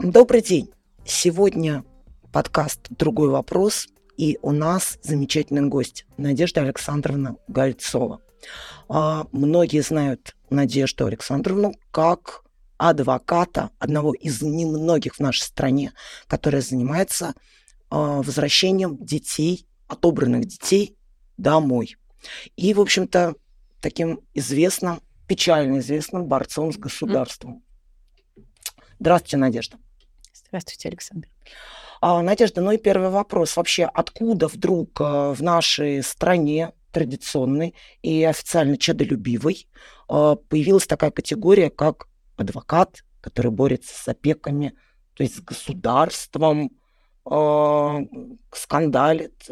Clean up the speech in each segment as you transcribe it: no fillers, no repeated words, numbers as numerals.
Добрый день. Сегодня подкаст «Другой вопрос», и у нас замечательный гость Надежда Александровна Гольцова. Многие знают Надежду Александровну как адвоката, одного из немногих в нашей стране, который занимается возвращением детей, отобранных детей, домой. И, в общем-то, таким известным, печально известным борцом с государством. Здравствуйте, Надежда. Здравствуйте, Александр. Надежда, ну и первый вопрос. Вообще, откуда вдруг в нашей стране традиционной и официально чадолюбивой появилась такая категория, как адвокат, который борется с опеками, то есть с государством, скандалит,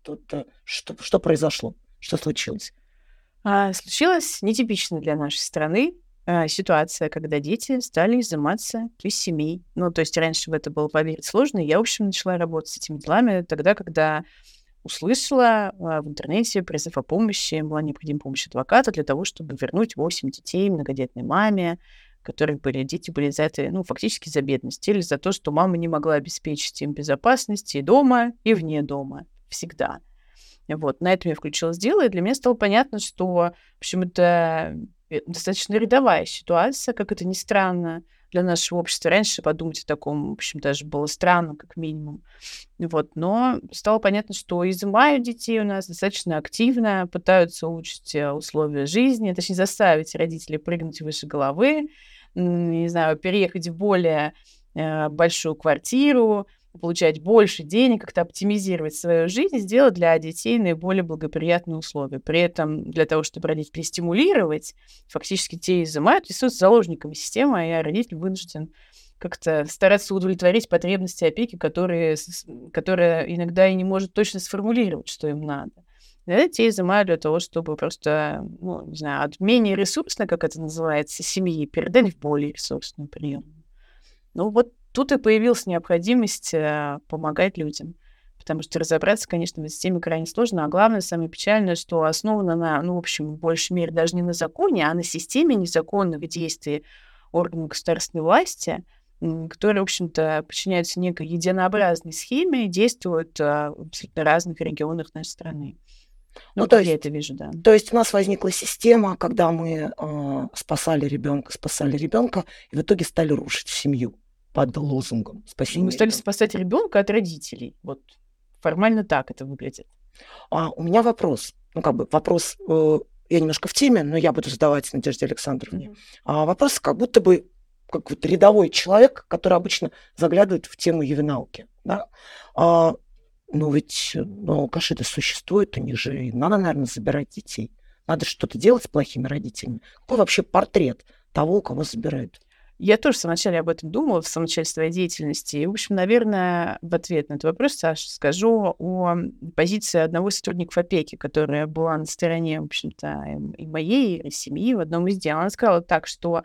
что произошло, что случилось? Случилась нетипичная для нашей страны ситуация, когда дети стали изыматься из семей. Ну, то есть раньше в это было поверить сложно, и я, в общем, начала работать с этими делами тогда, когда услышала в интернете призыв о помощи, была необходима помощь адвоката для того, чтобы вернуть 8 детей многодетной маме, которых дети были за это, фактически за бедность, или за то, что мама не могла обеспечить им безопасность и дома, и вне дома, всегда. Вот, на этом я включилась в дело, и для меня стало понятно, что, в общем, это достаточно рядовая ситуация, как это ни странно для нашего общества. Раньше подумать о таком, в общем, даже было странно, как минимум. Вот, но стало понятно, что изымают детей у нас достаточно активно, пытаются улучшить условия жизни, точнее, заставить родителей прыгнуть выше головы, не знаю, переехать в более большую квартиру, получать больше денег, как-то оптимизировать свою жизнь, сделать для детей наиболее благоприятные условия. При этом для того, чтобы родителей стимулировать, фактически те изымают и становятся заложниками системы, а родитель вынужден как-то стараться удовлетворить потребности опеки, которая иногда и не может точно сформулировать, что им надо. Иногда те изымают для того, чтобы просто, не знаю, от менее ресурсной, как это называется, семьи передать в более ресурсную приемную. Вот тут и появилась необходимость помогать людям. Потому что разобраться, конечно, в этой системе крайне сложно. А главное, самое печальное, что основано на, в общем, в большей мере даже не на законе, а на системе незаконных действий органов государственной власти, которые, в общем-то, подчиняются некой единообразной схеме и действуют в абсолютно разных регионах нашей страны. То есть, я это вижу, да. То есть у нас возникла система, когда мы спасали ребенка, и в итоге стали рушить семью под лозунгом спасения. Мы стали спасать ребенка от родителей. Вот формально так это выглядит. У меня вопрос. Вопрос, я немножко в теме, но я буду задавать Надежде Александровне. Вопрос как будто бы как вот рядовой человек, который обычно заглядывает в тему ювеналки. Да? Ведь алкаши-то существуют, у них же и надо, наверное, забирать детей. Надо что-то делать с плохими родителями. Какой вообще портрет того, у кого забирают? Я тоже в самом начале об этом думала, в самом начале своей деятельности. И, в общем, наверное, в ответ на этот вопрос, Саша, скажу о позиции одного из сотрудников опеки, которая была на стороне, в общем-то, и моей, и семьи в одном из дел. Она сказала так, что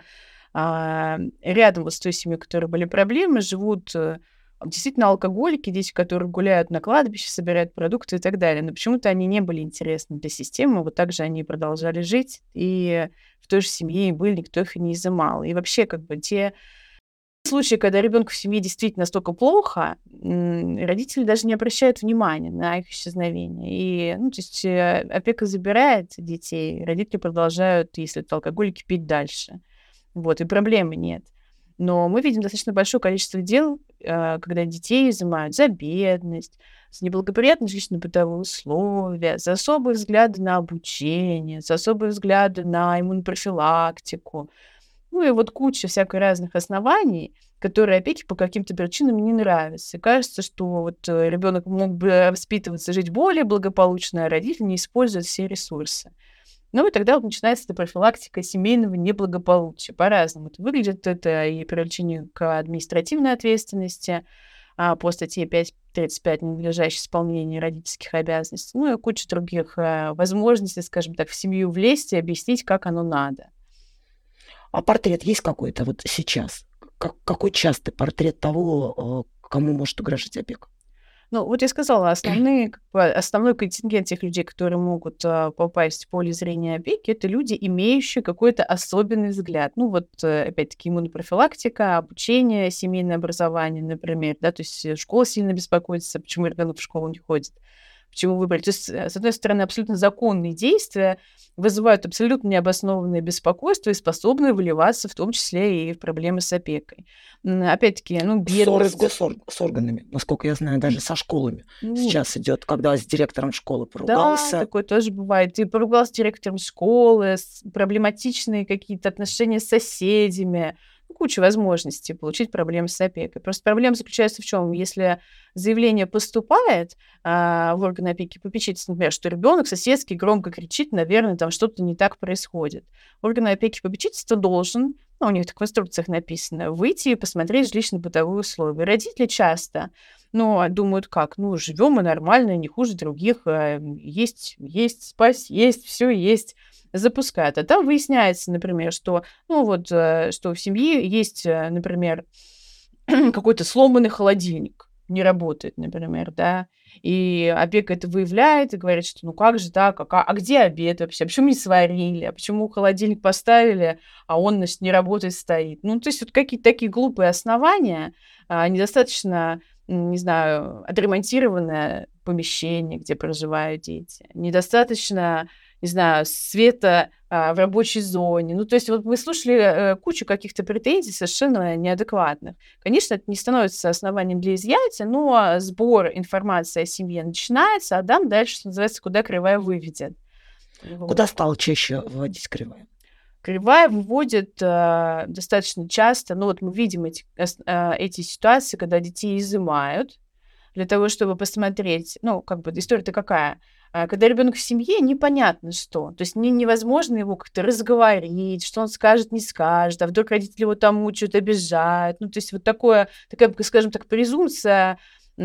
рядом с той семьей, у которой были проблемы, живут действительно алкоголики, дети, которые гуляют на кладбище, собирают продукты и так далее. Но почему-то они не были интересны для системы. Вот так же они продолжали жить, и в той же семье и были, никто их и не изымал. И вообще, те случаи, когда ребенку в семье действительно настолько плохо, родители даже не обращают внимания на их исчезновение. И, то есть опека забирает детей, родители продолжают, если это алкоголики, пить дальше. И проблемы нет. Но мы видим достаточно большое количество дел, когда детей изымают за бедность, за неблагоприятные жилищно-бытовые условия, за особые взгляды на обучение, за особые взгляды на иммунопрофилактику. И куча всяких разных оснований, которые опеке по каким-то причинам не нравятся. И кажется, что ребенок мог бы воспитываться, жить более благополучно, а родители не используют все ресурсы. И тогда начинается эта профилактика семейного неблагополучия. По-разному это выглядит. Это и привлечение к административной ответственности по статье 5.35 «Ненадлежащее исполнение родительских обязанностей», и куча других возможностей, скажем так, в семью влезть и объяснить, как оно надо. А портрет есть какой-то сейчас? Какой частый портрет того, кому может угрожать опека? Ну, вот я сказала, основной контингент тех людей, которые могут попасть в поле зрения опеки, это люди, имеющие какой-то особенный взгляд. Ну, вот, опять-таки, иммунопрофилактика, обучение, семейное образование, например, да, то есть школа сильно беспокоится, почему ребенок в школу не ходит, почему выбрали. То есть, с одной стороны, абсолютно законные действия вызывают абсолютно необоснованное беспокойство и способны выливаться в том числе и в проблемы с опекой. Опять-таки, Ссоры с бедность. госорганами, насколько я знаю, даже со школами. Ну, Сейчас идет, когда с директором школы да, поругался. такое тоже бывает. Ты поругался с директором школы, проблематичные какие-то отношения с соседями. Куча возможностей получить проблемы с опекой. Просто проблема заключается в чем? Если заявление поступает в органы опеки и попечительства, например, что ребенок соседский громко кричит, наверное, там что-то не так происходит. Органы опеки и попечительства должен, у них так в инструкциях написано, выйти и посмотреть жилищно-бытовые условия. Родители часто думают, как? Живем мы нормально, не хуже других. Есть, спать, есть, все есть. Запускают. А там выясняется, например, что, что в семье есть, например, какой-то сломанный холодильник, не работает, например, да, и опека это выявляет и говорит, что как же так, а где обед вообще, а почему не сварили, а почему холодильник поставили, а он, значит, не работает, стоит. То есть вот какие-то такие глупые основания, недостаточно, не знаю, отремонтированное помещение, где проживают дети, недостаточно, не знаю, света в рабочей зоне. То есть вот мы слушали кучу каких-то претензий совершенно неадекватных. Конечно, это не становится основанием для изъятия, но сбор информации о семье начинается, а там дальше, что называется, куда кривая выведет. Куда стало чаще выводить кривая? Кривая выводит достаточно часто, мы видим эти ситуации, когда детей изымают для того, чтобы посмотреть, история-то какая? Когда ребенок в семье, непонятно что. То есть невозможно его как-то разговорить, что он скажет, не скажет, а вдруг родители его там мучают, обижают. То есть вот такая, скажем так, презумпция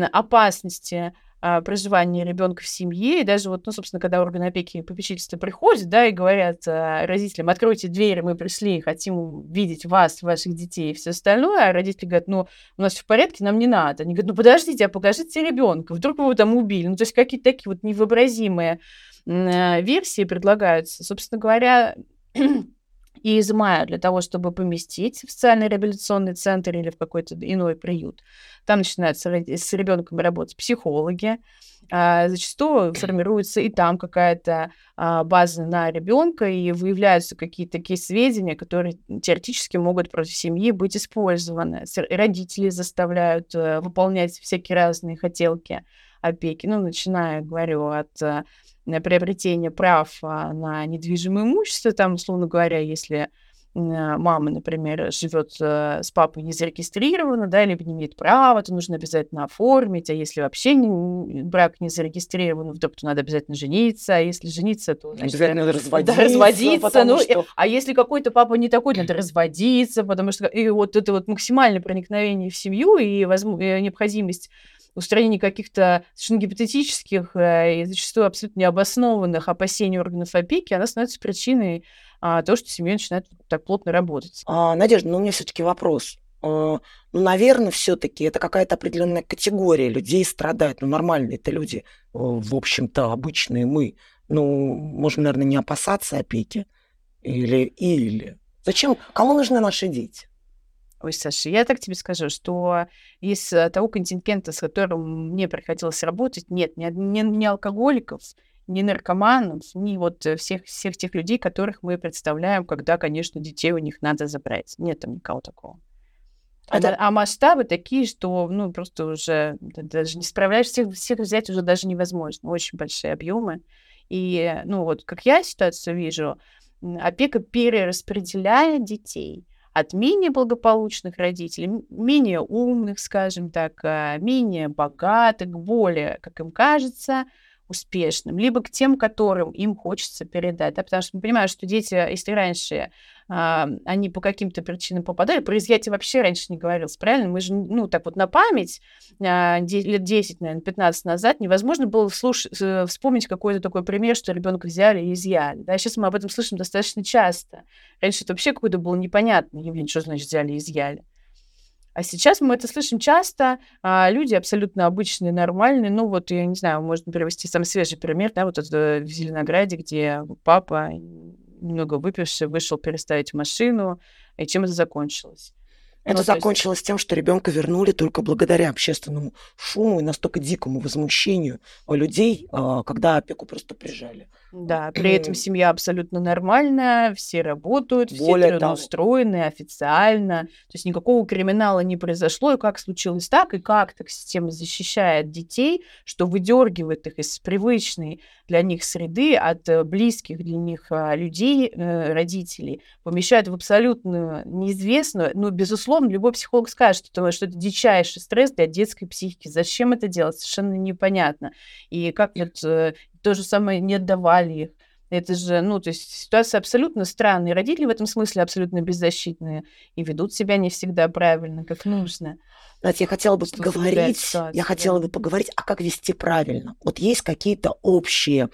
опасности проживания ребенка в семье. И даже собственно, когда органы опеки и попечительства приходят, да, и говорят родителям: откройте двери, мы пришли, хотим видеть вас, ваших детей и все остальное, а родители говорят: у нас все в порядке, нам не надо. Они говорят: подождите, а покажите ребенка, вдруг его там убили. То есть какие-то такие вот невообразимые версии предлагаются. Собственно говоря, и изымают для того, чтобы поместить в социально-реабилитационный центр или в какой-то иной приют. Там начинают с ребенком работать психологи. Зачастую формируется и там какая-то база на ребенка, и выявляются какие-то такие сведения, которые теоретически могут против семьи быть использованы. Родители заставляют выполнять всякие разные хотелки опеки. Начиная, говорю, от приобретения прав на недвижимое имущество, там, условно говоря, если мама, например, живет с папой не зарегистрирована, да, либо не имеет права, то нужно обязательно оформить, а если вообще брак не зарегистрирован, вдруг то надо обязательно жениться, а если жениться, то значит, обязательно надо разводиться. Да, разводиться, что... А если какой-то папа не такой, надо разводиться, потому что и вот это вот максимальное проникновение в семью и необходимость устранение каких-то совершенно гипотетических и зачастую абсолютно необоснованных опасений органов опеки, она становится причиной того, что семья начинает так плотно работать. Надежда, у меня все-таки вопрос. Наверное, все-таки это какая-то определенная категория людей страдает. Нормальные это люди, в общем-то, обычные мы. Можем, наверное, не опасаться опеки. Или. Зачем? Кому нужны наши дети? Ой, Саша, я так тебе скажу, что из того контингента, с которым мне приходилось работать, нет ни алкоголиков, ни наркоманов, ни вот всех тех людей, которых мы представляем, когда, конечно, детей у них надо забрать. Нет там никого такого. А масштабы такие, что, просто уже даже не справляешься, всех взять уже даже невозможно. Очень большие объемы. И, как я ситуацию вижу, опека перераспределяет детей от менее благополучных родителей, менее умных, скажем так, менее богатых, более, как им кажется, успешным, либо к тем, которым им хочется передать. Да? Потому что мы понимаем, что дети, если раньше они по каким-то причинам попадали, про изъятие вообще раньше не говорилось, правильно? Мы же, так вот на память, лет 10, наверное, 15 назад невозможно было вспомнить какой-то такой пример, что ребенка взяли и изъяли. Да? Сейчас мы об этом слышим достаточно часто. Раньше это вообще какое-то было непонятное явление, что значит взяли и изъяли. А сейчас мы это слышим часто, люди абсолютно обычные, нормальные. Ну вот, я не знаю, можно привести самый свежий пример, да, вот это в Зеленограде, где папа, немного выпивший, вышел переставить машину, и чем это закончилось? Это закончилось тем, что ребенка вернули только благодаря общественному шуму и настолько дикому возмущению людей, когда опеку просто прижали. Да, при этом семья абсолютно нормальная, все работают, все трудоустроены официально. То есть никакого криминала не произошло, и как случилось так, и как так система защищает детей, что выдергивает их из привычной для них среды, от близких для них людей, родителей, помещает в абсолютно неизвестную, ну, безусловно, любой психолог скажет, что это дичайший стресс для детской психики. Зачем это делать? Совершенно непонятно. И как вот то же самое не отдавали их. Это же, ну, то есть ситуация абсолютно странная. Родители в этом смысле абсолютно беззащитные и ведут себя не всегда правильно, как нужно. Знаете, я хотела бы поговорить, а как вести правильно. Вот есть какие-то общие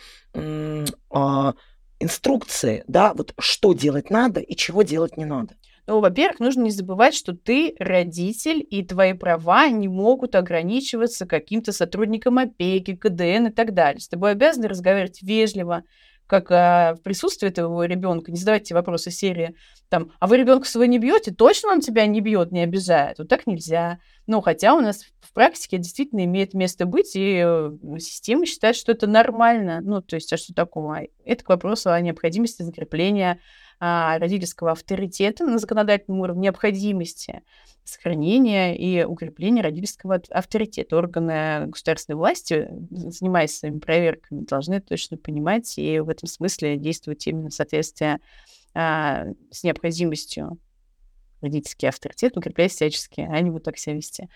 инструкции, да, вот что делать надо и чего делать не надо. Ну, во-первых, нужно не забывать, что ты родитель, и твои права не могут ограничиваться каким-то сотрудником опеки, КДН и так далее. С тобой обязаны разговаривать вежливо, как в присутствии этого ребенка. Не задавайте вопросы серии, там, а вы ребенка своего не бьете? Точно он тебя не бьет, не обижает? Вот так нельзя. Ну, хотя у нас в практике действительно имеет место быть, и система считает, что это нормально. Ну, то есть, а что такого? Это к вопросу о необходимости закрепления родительского авторитета на законодательном уровне, необходимости сохранения и укрепления родительского авторитета. Органы государственной власти, занимаясь своими проверками, должны точно понимать и в этом смысле действовать именно в соответствии с необходимостью родительский авторитет укреплять всячески, а не вот так себя вести.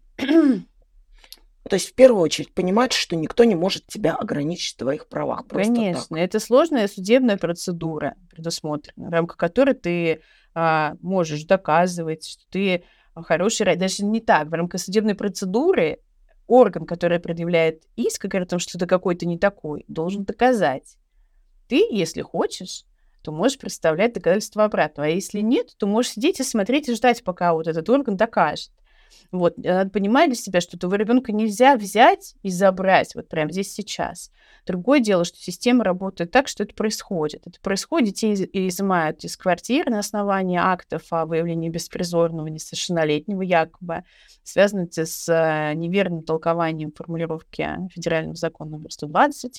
То есть в первую очередь понимать, что никто не может тебя ограничить в твоих правах. Конечно, это сложная судебная процедура предусмотрена, в рамках которой ты можешь доказывать, что ты хороший, даже не так, в рамках судебной процедуры орган, который предъявляет иск, говорит о том, что ты какой-то не такой, должен доказать. Ты, если хочешь, то можешь представлять доказательства обратного, а если нет, то можешь сидеть и смотреть и ждать, пока вот этот орган докажет. Вот, надо понимать для себя, что этого ребенка нельзя взять и забрать вот прямо здесь сейчас. Другое дело, что система работает так, что это происходит. Это происходит, детей изымают из квартир на основании актов о выявлении беспризорного несовершеннолетнего якобы. Связано это с неверным толкованием формулировки федерального закона номер 120.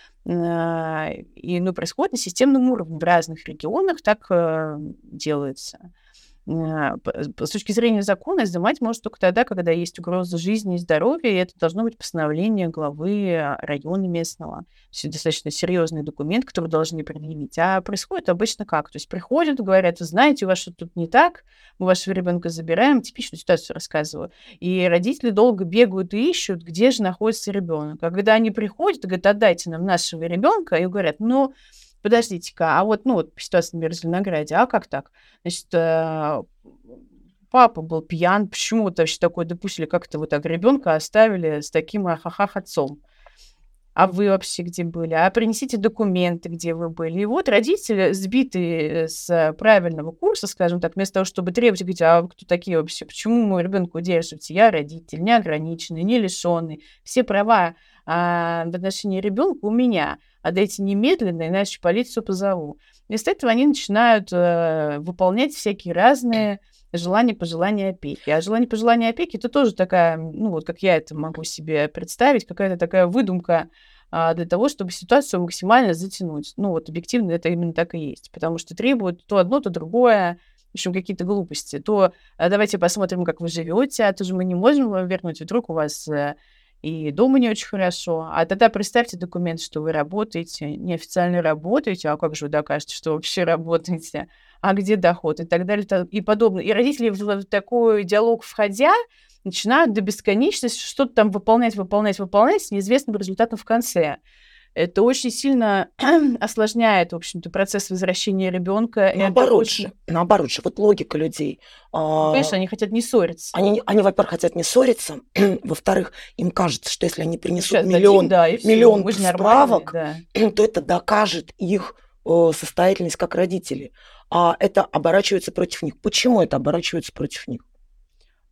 И происходит на системном уровне. В разных регионах так делается. С точки зрения закона изымать может только тогда, когда есть угроза жизни и здоровья, и это должно быть постановление главы района местного. Это достаточно серьезный документ, который должны предъявить. А происходит обычно как? То есть приходят, говорят, вы знаете, у вас что-то тут не так, мы вашего ребенка забираем, типичную ситуацию рассказываю. И родители долго бегают и ищут, где же находится ребенок. А когда они приходят и говорят, отдайте нам нашего ребенка, и говорят, подождите-ка, а вот ситуация, например, в Зеленограде, а как так? Значит, папа был пьян, почему вот вообще такое допустили, как-то вот так ребенка оставили с таким ахахах отцом? А вы вообще где были? А принесите документы, где вы были. И вот родители, сбитые с правильного курса, скажем так, вместо того, чтобы требовать, говорить, а вы кто такие вообще? Почему мой ребенка удерживаете? Я родитель, неограниченный, не лишенный. Все права в отношении ребенка у меня. Отдайте немедленно, иначе полицию позову. Вместо этого они начинают выполнять всякие разные желания, пожелания опеки. А желание, пожелания опеки — это тоже такая, как я это могу себе представить, какая-то такая выдумка для того, чтобы ситуацию максимально затянуть. Объективно это именно так и есть. Потому что требуют то одно, то другое, в общем, какие-то глупости. То давайте посмотрим, как вы живете, а то же мы не можем вам вернуть, вдруг у вас и дома не очень хорошо. А тогда представьте документ, что вы работаете, неофициально работаете, а как же вы докажете, что вообще работаете, а где доход и так далее и подобное. И родители в такой диалог входя начинают до бесконечности что-то там выполнять с неизвестным результатом в конце. Это очень сильно осложняет, в общем-то, процесс возвращения ребенка. Наоборот же. Вот логика людей. Конечно, они хотят не ссориться. Они, во-первых, хотят не ссориться. Во-вторых, им кажется, что если они принесут миллион справок, то это докажет их состоятельность как родителей. А это оборачивается против них. Почему это оборачивается против них?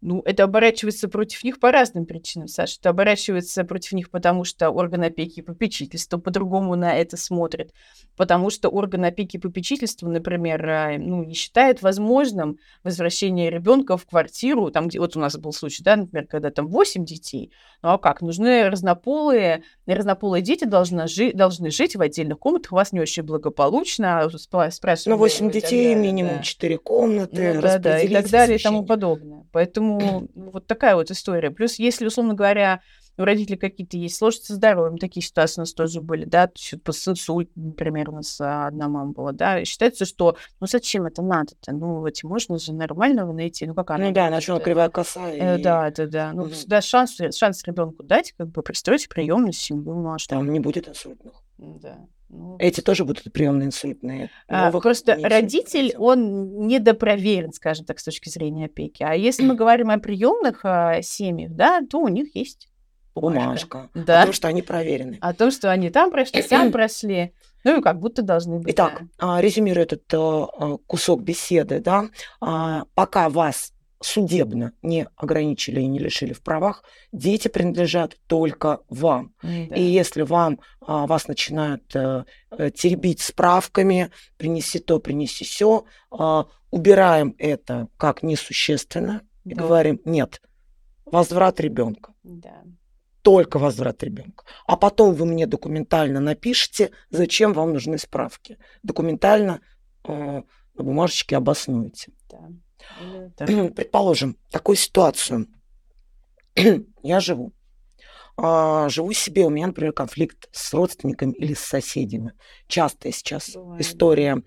Ну, это оборачивается против них по разным причинам, Саша. Это оборачивается против них, потому что орган опеки и попечительства по-другому на это смотрит. Потому что орган опеки и попечительства, например, не считает возможным возвращение ребенка в квартиру, там, где вот у нас был случай, да, например, когда там 8 детей. Ну а как? Нужны разнополые дети должны жить в отдельных комнатах, у вас не очень благополучно, спрашиваем. 8 детей, минимум 4 комнаты, да, и так далее, и тому освещение. подобное. Поэтому вот такая вот история. Плюс, если, условно говоря, у родителей какие-то есть сложности со здоровьем, такие ситуации у нас тоже были, да, с инсультом, например, у нас одна мама была, да, и считается, что, зачем это надо-то, ведь можно же нормального найти, как она. Да, начала кривая коса. Да. Да, шанс ребенку дать, пристроить в приемную семью, ну а что? Там не будет инсультных. Да. Эти тоже будут приемные инсультные. Просто родитель, он недопроверен, скажем так, с точки зрения опеки. А если мы говорим о приемных семьях, да, то у них есть бумажка. Да. О том, что они проверены. О том, что они там прошли, сам прошли. Ну и как будто должны быть. Итак, резюмируя этот кусок беседы, да, пока вас судебно не ограничили и не лишили в правах, дети принадлежат только вам. Да. И если вас начинают теребить справками, принеси то, принеси сё, убираем это как несущественно и говорим, нет, возврат ребенка. Да. Только возврат ребенка. А потом вы мне документально напишите, зачем вам нужны справки. Документально на бумажечке обоснуете. Да. Предположим, такую ситуацию. Я живу себе, у меня, например, конфликт с родственниками или с соседями. Частая сейчас история,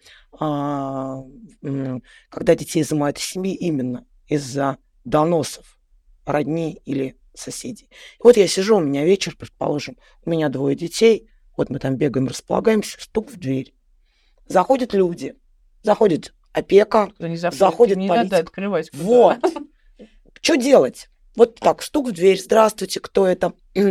когда детей изымают из семьи именно из-за доносов родни или соседей. Вот я сижу, у меня вечер, предположим, у меня 2 детей, вот мы там бегаем, располагаемся, стук в дверь. Заходят люди, заходит опека, заходит не полиция. Надо открывать. Вот. Что делать? Вот так, стук в дверь. Здравствуйте, кто это?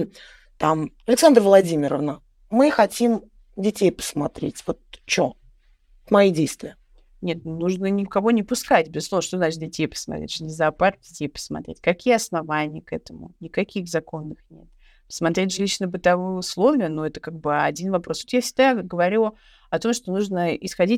Там, Александра Владимировна, мы хотим детей посмотреть. Вот что? Мои действия. Нет, нужно никого не пускать, безусловно. Что значит детей посмотреть? Что не зоопарк детей посмотреть? Какие основания к этому? Никаких законных нет. Посмотреть жилищно-бытовые условия, это один вопрос. Вот я всегда говорю о том, что нужно исходить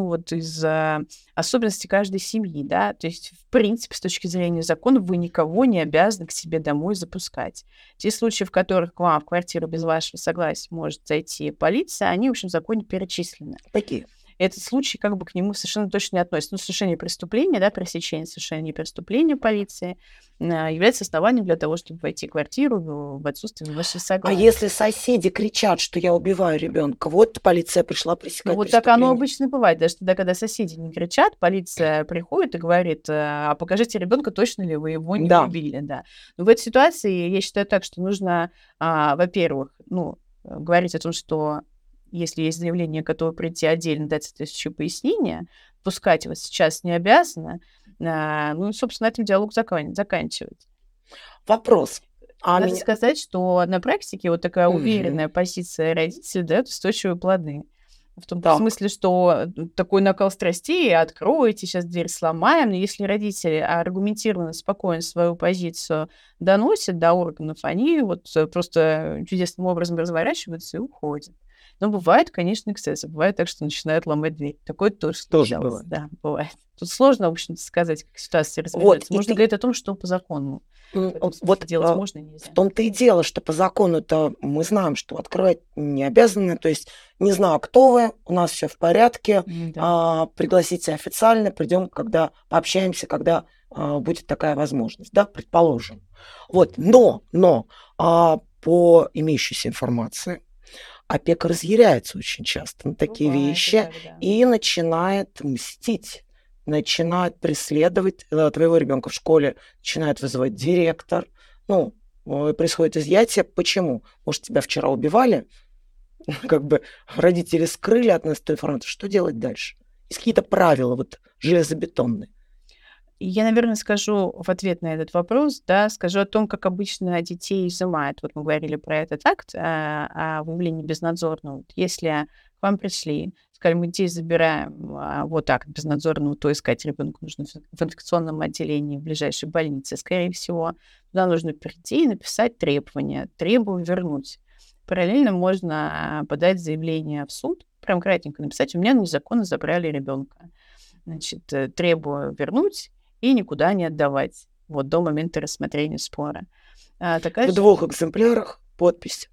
из особенностей каждой семьи, да, то есть, в принципе, с точки зрения закона вы никого не обязаны к себе домой запускать. Те случаи, в которых к вам в квартиру без вашего согласия может зайти полиция, они, в общем, в законе перечислены. Какие? Этот случай к нему совершенно точно не относится. Совершение преступления, да, пресечение совершения преступления полиции является основанием для того, чтобы войти в квартиру в отсутствие вашего согласия. А если соседи кричат, что я убиваю ребенка, вот полиция пришла пресекать вот так оно обычно бывает. Даже тогда, когда соседи не кричат, полиция приходит и говорит, а покажите ребенка, точно ли вы его не убили. Да. Но в этой ситуации я считаю так, что нужно, во-первых, говорить о том, что если есть заявление, готово прийти отдельно, дать соответствующее пояснение, пускать его сейчас не обязаны, собственно, на этом диалог заканчивать. Вопрос. Надо сказать, что на практике вот такая уверенная позиция родителей дает устойчивые плоды. В том смысле, что такой накал страстей, откройте, сейчас дверь сломаем. Но если родители аргументированно, спокойно свою позицию доносят до органов, они просто чудесным образом разворачиваются и уходят. Но бывает, конечно, эксцессы. Бывает так, что начинают ломать дверь. Такое тоже бывает. Да, бывает. Тут сложно, в общем-то, сказать, как ситуация развивается. Можно говорить о том, что по закону. Делать можно и нельзя. В том-то и дело, что по закону-то мы знаем, что открывать не обязаны. То есть не знаю, кто вы, у нас все в порядке. Пригласите официально, придем, когда пообщаемся, когда будет такая возможность, да, предположим. Но по имеющейся информации опека разъяряется очень часто на такие вещи и начинает мстить, начинает преследовать твоего ребенка в школе, начинает вызывать директор. Происходит изъятие. Почему? Может, тебя вчера убивали? Родители скрыли от нас эту информацию. Что делать дальше? Есть какие-то правила железобетонные? Я, наверное, скажу в ответ на этот вопрос, скажу о том, как обычно детей изымают. Вот мы говорили про этот акт о выявлении безнадзорного. Если к вам пришли, сказали, мы детей забираем вот так, безнадзорно, то искать ребенка нужно в инфекционном отделении в ближайшей больнице, скорее всего. Туда нужно прийти и написать требования. Требую вернуть. Параллельно можно подать заявление в суд, прям кратенько написать, у меня незаконно забрали ребенка. Значит, требую вернуть и никуда не отдавать. Вот до момента рассмотрения спора. В 2 экземплярах подпись.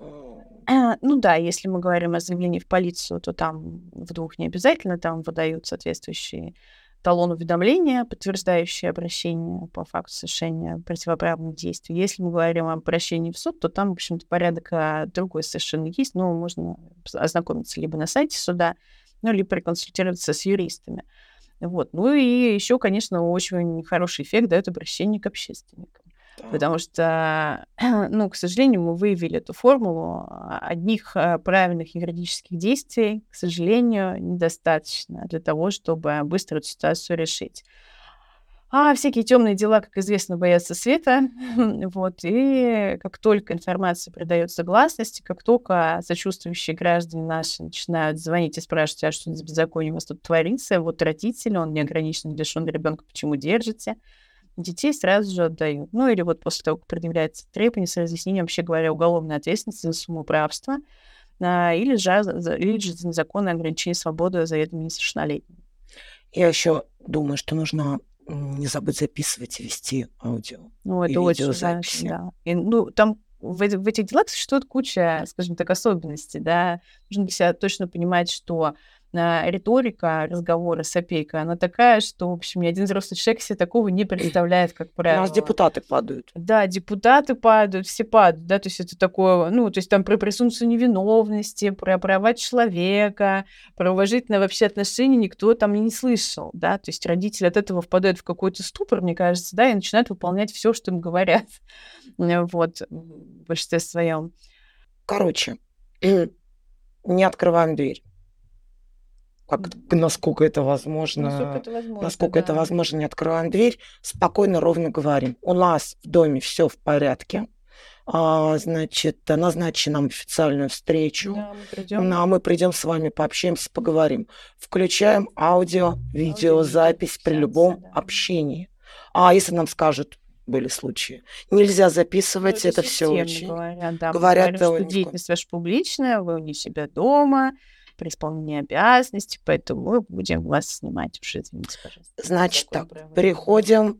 Ну да, если мы говорим о заявлении в полицию, то там в 2 не обязательно, там выдают соответствующий талон уведомления, подтверждающий обращение по факту совершения противоправных действий. Если мы говорим о обращении в суд, то там, в общем-то, порядок другой совершенно есть, но можно ознакомиться либо на сайте суда, ну, либо проконсультироваться с юристами. Вот. Ну и еще, конечно, очень хороший эффект дает обращение к общественникам. Потому что, ну, к сожалению, мы выявили эту формулу. Одних правильных юридических действий, к сожалению, недостаточно для того, чтобы быстро эту ситуацию решить. А всякие темные дела, как известно, боятся света. Вот. И как только информация придается гласности, как только сочувствующие граждане наши начинают звонить и спрашивать, а что за беззаконие у вас тут творится, вот родители, он неограниченно лишен ребенка, почему держите? Детей сразу же отдают. Ну, или вот после того, как предъявляется требование с разъяснением, вообще говоря, уголовной ответственности за самоуправство, или же за незаконное ограничение свободы заведомо несовершеннолетним. Я еще думаю, что нужно не забыть записывать и вести аудио. Ну, это и очень видеозаписи. важно, да. И, ну, там в этих делах существует куча, скажем так, особенностей, да. Нужно для себя точно понимать, что риторика разговора с опекой, она такая, что, в общем, ни один взрослый человек себе такого не представляет, как правило. У нас депутаты падают. Да, депутаты падают, все падают, да, то есть это такое, ну, то есть там про презумпцию невиновности, про права человека, про уважительное вообще отношение никто там не слышал, да, то есть родители от этого впадают в какой-то ступор, мне кажется, да, и начинают выполнять все, что им говорят, вот, в большинстве своем. Короче, не открываем дверь. Насколько это возможно, насколько это возможно, не открываем дверь, спокойно, ровно говорим. У нас в доме все в порядке. Значит, назначьте нам официальную встречу. Да, мы придем с вами, пообщаемся, поговорим. Включаем аудио, видеозапись при любом общении. А если нам скажут, были случаи, нельзя записывать, это все очень. Говорят, что деятельность ваша публичная, вы не себя дома, при исполнении обязанностей, поэтому мы будем вас снимать. Уж извините, пожалуйста. Значит так, переходим,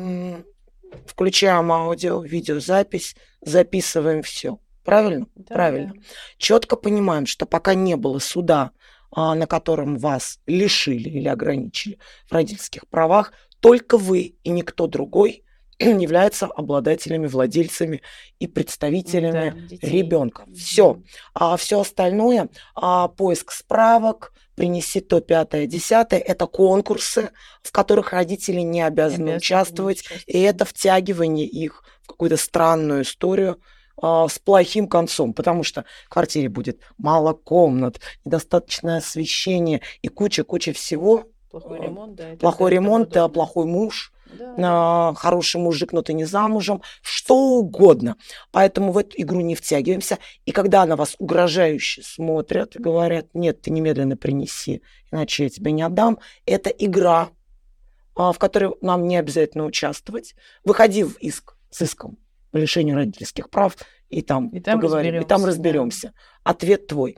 включаем аудио, видеозапись, записываем все. Правильно? Да, правильно. Да. Четко понимаем, что пока не было суда, на котором вас лишили или ограничили в родительских правах, только вы и никто другой являются обладателями, владельцами и представителями ребенка. Все. А все остальное, поиск справок, принеси то, 5-е, 10-е, это конкурсы, в которых родители не обязаны участвовать, и это втягивание их в какую-то странную историю с плохим концом, потому что в квартире будет мало комнат, недостаточное освещение и куча всего. Плохой ремонт, да. Плохой ремонт, плохой муж. Да. Хороший мужик, но ты не замужем, что угодно. Поэтому в эту игру не втягиваемся. И когда на вас угрожающе смотрят и говорят, нет, ты немедленно принеси, иначе я тебе не отдам, это игра, в которой нам не обязательно участвовать. Выходи в иск с иском по лишению родительских прав, и там поговорим, и там разберемся. Да. Ответ твой.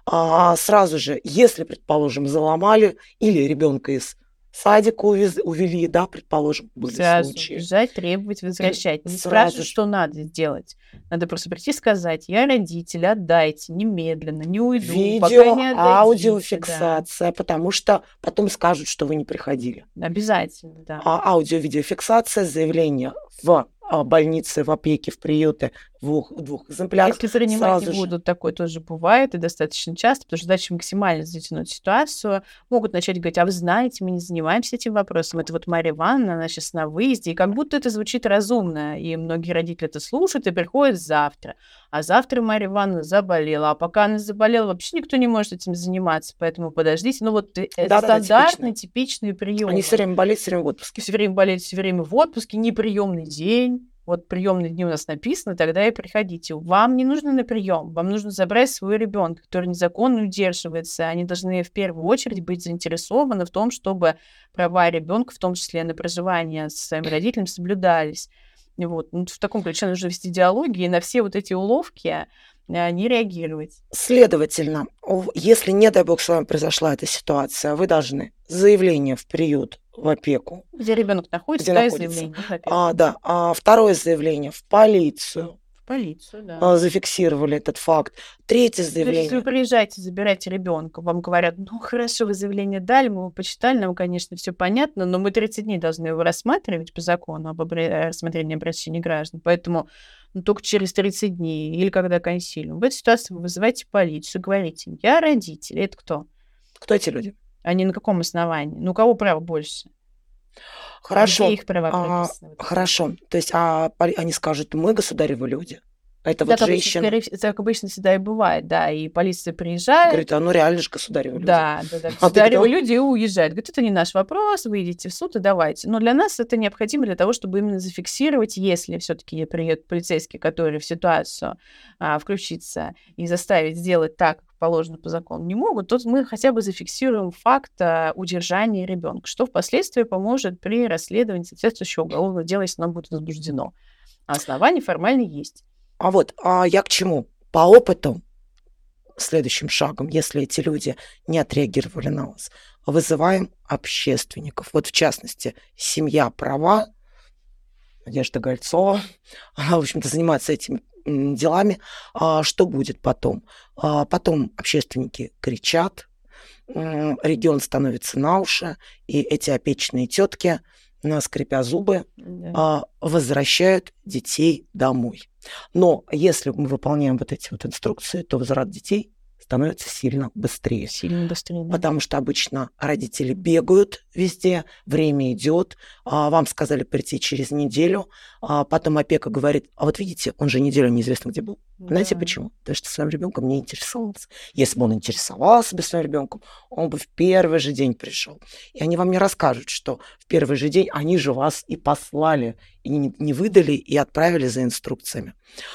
Сразу же, если, предположим, заломали или ребенка из садика увели, да, предположим, были сразу случаи. Бежать, требовать, возвращать. Не спрашивать, что надо сделать. Надо просто прийти и сказать, я родитель, отдайте немедленно, не уйду, пока не отдадите. Аудиофиксация, потому что потом скажут, что вы не приходили. Обязательно, да. Аудио-видеофиксация, заявление в больнице, в опеке, в приюты в двух экземплярах. Если принимать не будут, такое тоже бывает, и достаточно часто, потому что задача максимально затянуть ситуацию. Могут начать говорить, а вы знаете, мы не занимаемся этим вопросом. Это вот Марья Ивановна, она сейчас на выезде, и как будто это звучит разумно, и многие родители это слушают и приходят завтра. А завтра Марья Ивановна заболела, а пока она заболела, вообще никто не может этим заниматься, поэтому подождите. Ну вот стандартный, типичный прием. Они все время болеют, все время в отпуске. Все время болеют, все время в отпуске, неприемный день. вот приемные дни у нас написаны, тогда и приходите. Вам не нужно на прием, вам нужно забрать своего ребенка, который незаконно удерживается. Они должны в первую очередь быть заинтересованы в том, чтобы права ребенка, в том числе на проживание с своим родителем, соблюдались. И вот. Ну, в таком ключе нужно вести диалоги и на все вот эти уловки не реагировать. Следовательно, если, не дай бог, с вами произошла эта ситуация, вы должны заявление в приют, в опеку. Где ребенок находится, Где да, и находится. заявление. Да. Второе заявление в полицию. В полицию, да. Зафиксировали этот факт. Третье То есть, если заявление. вы приезжаете, забираете ребенка, вам говорят, ну хорошо, вы заявление дали, мы его почитали, нам, конечно, все понятно, но мы 30 дней должны его рассматривать по закону об рассмотрении обращений граждан, поэтому только через 30 дней или когда консилиум. В этой ситуации вы вызываете полицию, говорите им, я родитель. Это кто? Кто эти люди? Они на каком основании? Ну, у кого права больше? Хорошо. Где их права прописаны? Хорошо. То есть они скажут, мы государевы люди. Это Так, вот женщина. Так обычно всегда и бывает, да. И полиция приезжает. Говорит, ну реально же государевы люди. Да. Государевы люди и уезжают. Говорит, это не наш вопрос, вы идите в суд и давайте. Но для нас это необходимо для того, чтобы именно зафиксировать, если все-таки приедет полицейский, который в ситуацию включится и заставить сделать так, как положено по закону, не могут, то мы хотя бы зафиксируем факт удержания ребенка, что впоследствии поможет при расследовании соответствующего уголовного дела, если оно будет возбуждено. А основания формально есть. Я к чему? По опыту, следующим шагом, если эти люди не отреагировали на вас, вызываем общественников. Вот в частности, семья права, Надежда Гольцова, в общем-то, занимается этими делами. Что будет потом? Потом общественники кричат, регион становится на уши, и эти опечные тетки, скрипя зубы, возвращают детей домой. Но если мы выполняем вот эти вот инструкции, то возврат детей становится сильно быстрее. Сильно быстрее, да. Потому что обычно родители бегают везде, время идет, вам сказали прийти через неделю, потом опека говорит, а вот видите, он же неделю неизвестно где был. Да. Знаете почему? Потому что своим ребенком не интересовался. Если бы он интересовался бы своим ребенком, он бы в первый же день пришел. И они вам не расскажут, что в первый же день они же вас и послали, и не выдали, и отправили за инструкциями.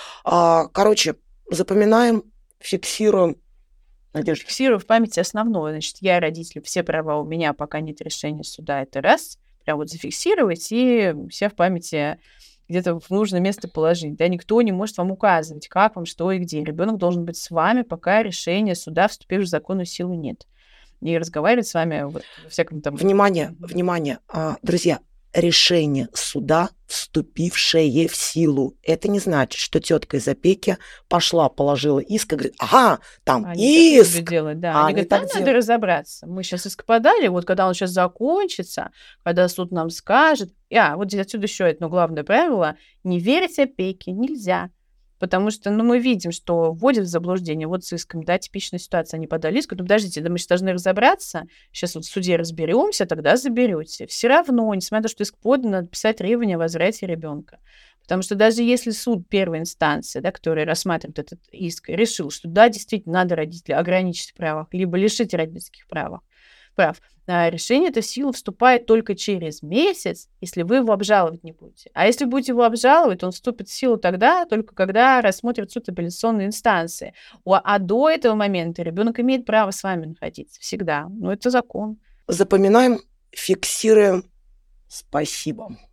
Короче, запоминаем, фиксируем. Надежда. Фиксирую в памяти основное. Значит, я родитель, все права у меня, пока нет решения суда. Это раз. Прям вот зафиксировать и все в памяти где-то в нужное место положить. Да, никто не может вам указывать, как вам, что и где. Ребенок должен быть с вами, пока решение суда, вступившего в законную силу, нет. И разговаривать с вами вот, во всяком там... Внимание, друзья. Решение суда, вступившее в силу. Это не значит, что тетка из опеки пошла, положила иск и говорит, там они иск. Так делать, да. Они говорят, надо разобраться. Мы сейчас иск подали, вот когда он сейчас закончится, когда суд нам скажет. Вот здесь отсюда еще одно главное правило. Не верить опеке нельзя. Потому что, мы видим, что вводят в заблуждение. Вот с иском, да, типичная ситуация, они подали иск. Подождите, да мы сейчас должны разобраться. Сейчас вот в суде разберемся, тогда заберете. Все равно, несмотря на то, что иск подан, надо писать требования о возврате ребенка. Потому что даже если суд первой инстанции, да, который рассматривает этот иск, решил, что да, действительно, надо родителя ограничить в правах, либо лишить родительских прав, решение это в силу вступает только через месяц, если вы его обжаловать не будете. А если будете его обжаловать, он вступит в силу тогда, только когда рассмотрит суд апелляционной инстанции. А до этого момента ребенок имеет право с вами находиться всегда. Это закон. Запоминаем, фиксируем. Спасибо.